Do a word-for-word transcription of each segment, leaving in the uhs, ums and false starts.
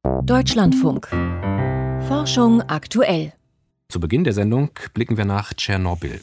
Deutschlandfunk. Forschung aktuell. Zu Beginn der Sendung blicken wir nach Tschernobyl.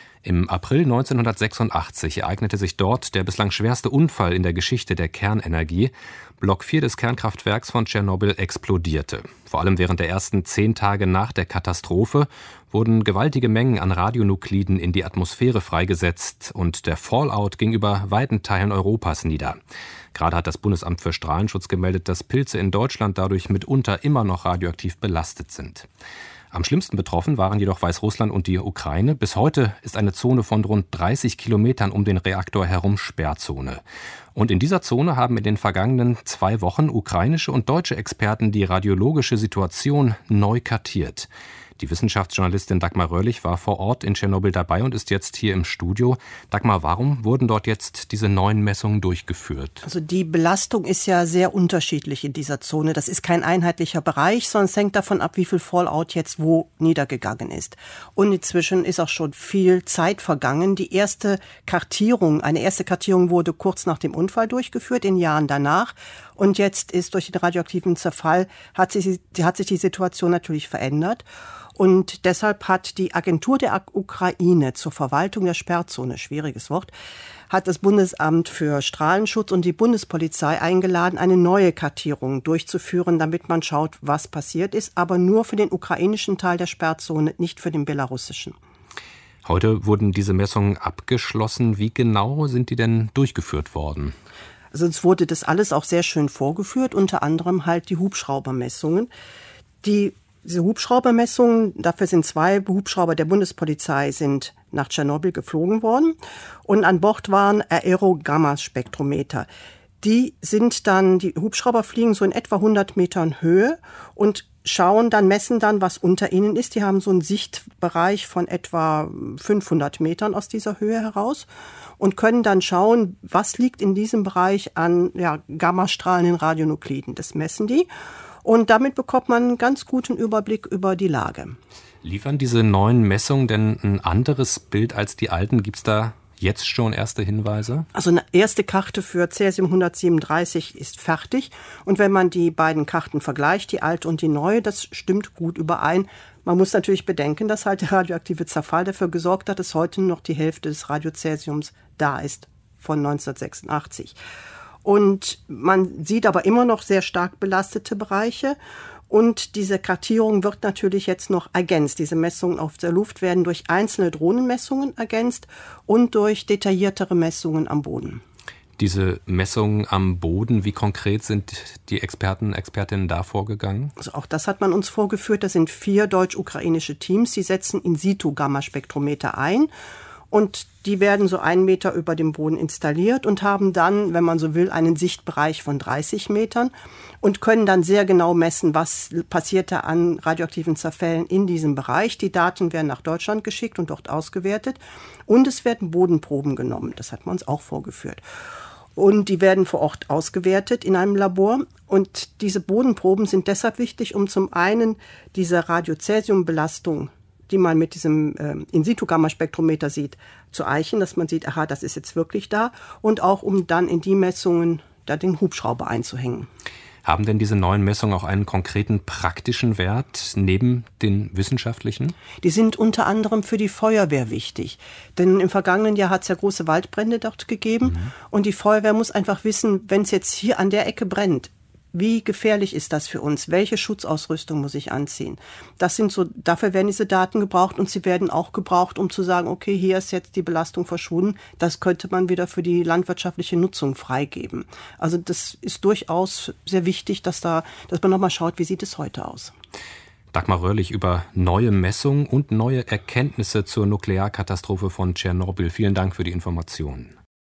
Im April neunzehnhundertsechsundachtzig ereignete sich dort der bislang schwerste Unfall in der Geschichte der Kernenergie. Block vier des Kernkraftwerks von Tschernobyl explodierte. Vor allem während der ersten zehn Tage nach der Katastrophe wurden gewaltige Mengen an Radionukliden in die Atmosphäre freigesetzt und der Fallout ging über weiten Teilen Europas nieder. Gerade hat das Bundesamt für Strahlenschutz gemeldet, dass Pilze in Deutschland dadurch mitunter immer noch radioaktiv belastet sind. Am schlimmsten betroffen waren jedoch Weißrussland und die Ukraine. Bis heute ist eine Zone von rund dreißig Kilometern um den Reaktor herum Sperrzone. Und in dieser Zone haben in den vergangenen zwei Wochen ukrainische und deutsche Experten die radiologische Situation neu kartiert. Die Wissenschaftsjournalistin Dagmar Röhrlich war vor Ort in Tschernobyl dabei und ist jetzt hier im Studio. Dagmar, warum wurden dort jetzt diese neuen Messungen durchgeführt? Also die Belastung ist ja sehr unterschiedlich in dieser Zone. Das ist kein einheitlicher Bereich, sondern es hängt davon ab, wie viel Fallout jetzt wo niedergegangen ist. Und inzwischen ist auch schon viel Zeit vergangen. Die erste Kartierung, eine erste Kartierung wurde kurz nach dem Unfall durchgeführt, in Jahren danach. Und jetzt ist durch den radioaktiven Zerfall, hat sich, hat sich die Situation natürlich verändert. Und deshalb hat die Agentur der Ukraine zur Verwaltung der Sperrzone, schwieriges Wort, hat das Bundesamt für Strahlenschutz und die Bundespolizei eingeladen, eine neue Kartierung durchzuführen, damit man schaut, was passiert ist, aber nur für den ukrainischen Teil der Sperrzone, nicht für den belarussischen. Heute wurden diese Messungen abgeschlossen. Wie genau sind die denn durchgeführt worden? Also es wurde das alles auch sehr schön vorgeführt, unter anderem halt die Hubschraubermessungen. Die Diese Hubschraubermessungen, dafür sind zwei Hubschrauber der Bundespolizei sind nach Tschernobyl geflogen worden und an Bord waren Aerogamma-Spektrometer. Die sind dann, die Hubschrauber fliegen so in etwa hundert Metern Höhe und schauen dann, messen dann, was unter ihnen ist. Die haben so einen Sichtbereich von etwa fünfhundert Metern aus dieser Höhe heraus und können dann schauen, was liegt in diesem Bereich an ja, gammastrahlenden Radionukliden. Das messen die. Und damit bekommt man einen ganz guten Überblick über die Lage. Liefern diese neuen Messungen denn ein anderes Bild als die alten? Gibt es da jetzt schon erste Hinweise? Also eine erste Karte für Cäsium hundertsiebenunddreißig ist fertig. Und wenn man die beiden Karten vergleicht, die alte und die neue, das stimmt gut überein. Man muss natürlich bedenken, dass halt der radioaktive Zerfall dafür gesorgt hat, dass heute noch die Hälfte des Radiocäsiums da ist von neunzehnhundertsechsundachtzig. Und man sieht aber immer noch sehr stark belastete Bereiche. Und diese Kartierung wird natürlich jetzt noch ergänzt. Diese Messungen auf der Luft werden durch einzelne Drohnenmessungen ergänzt und durch detailliertere Messungen am Boden. Diese Messungen am Boden, wie konkret sind die Experten, Expertinnen da vorgegangen? Also auch das hat man uns vorgeführt. Das sind vier deutsch-ukrainische Teams. Sie setzen In-situ-Gammaspektrometer ein. Und die werden so einen Meter über dem Boden installiert und haben dann, wenn man so will, einen Sichtbereich von dreißig Metern und können dann sehr genau messen, was passiert da an radioaktiven Zerfällen in diesem Bereich. Die Daten werden nach Deutschland geschickt und dort ausgewertet. Und es werden Bodenproben genommen. Das hat man uns auch vorgeführt. Und die werden vor Ort ausgewertet in einem Labor. Und diese Bodenproben sind deshalb wichtig, um zum einen diese Radiocäsiumbelastung, die man mit diesem äh, In-situ-Gammaspektrometer sieht, zu eichen, dass man sieht, aha, das ist jetzt wirklich da. Und auch, um dann in die Messungen da den Hubschrauber einzuhängen. Haben denn diese neuen Messungen auch einen konkreten praktischen Wert neben den wissenschaftlichen? Die sind unter anderem für die Feuerwehr wichtig. Denn im vergangenen Jahr hat es ja große Waldbrände dort gegeben. Mhm. Und die Feuerwehr muss einfach wissen, wenn es jetzt hier an der Ecke brennt, wie gefährlich ist das für uns? Welche Schutzausrüstung muss ich anziehen? Das sind so, dafür werden diese Daten gebraucht und sie werden auch gebraucht, um zu sagen, okay, hier ist jetzt die Belastung verschwunden. Das könnte man wieder für die landwirtschaftliche Nutzung freigeben. Also das ist durchaus sehr wichtig, dass da, dass man nochmal schaut, wie sieht es heute aus? Dagmar Röhrlich über neue Messungen und neue Erkenntnisse zur Nuklearkatastrophe von Tschernobyl. Vielen Dank für die Informationen.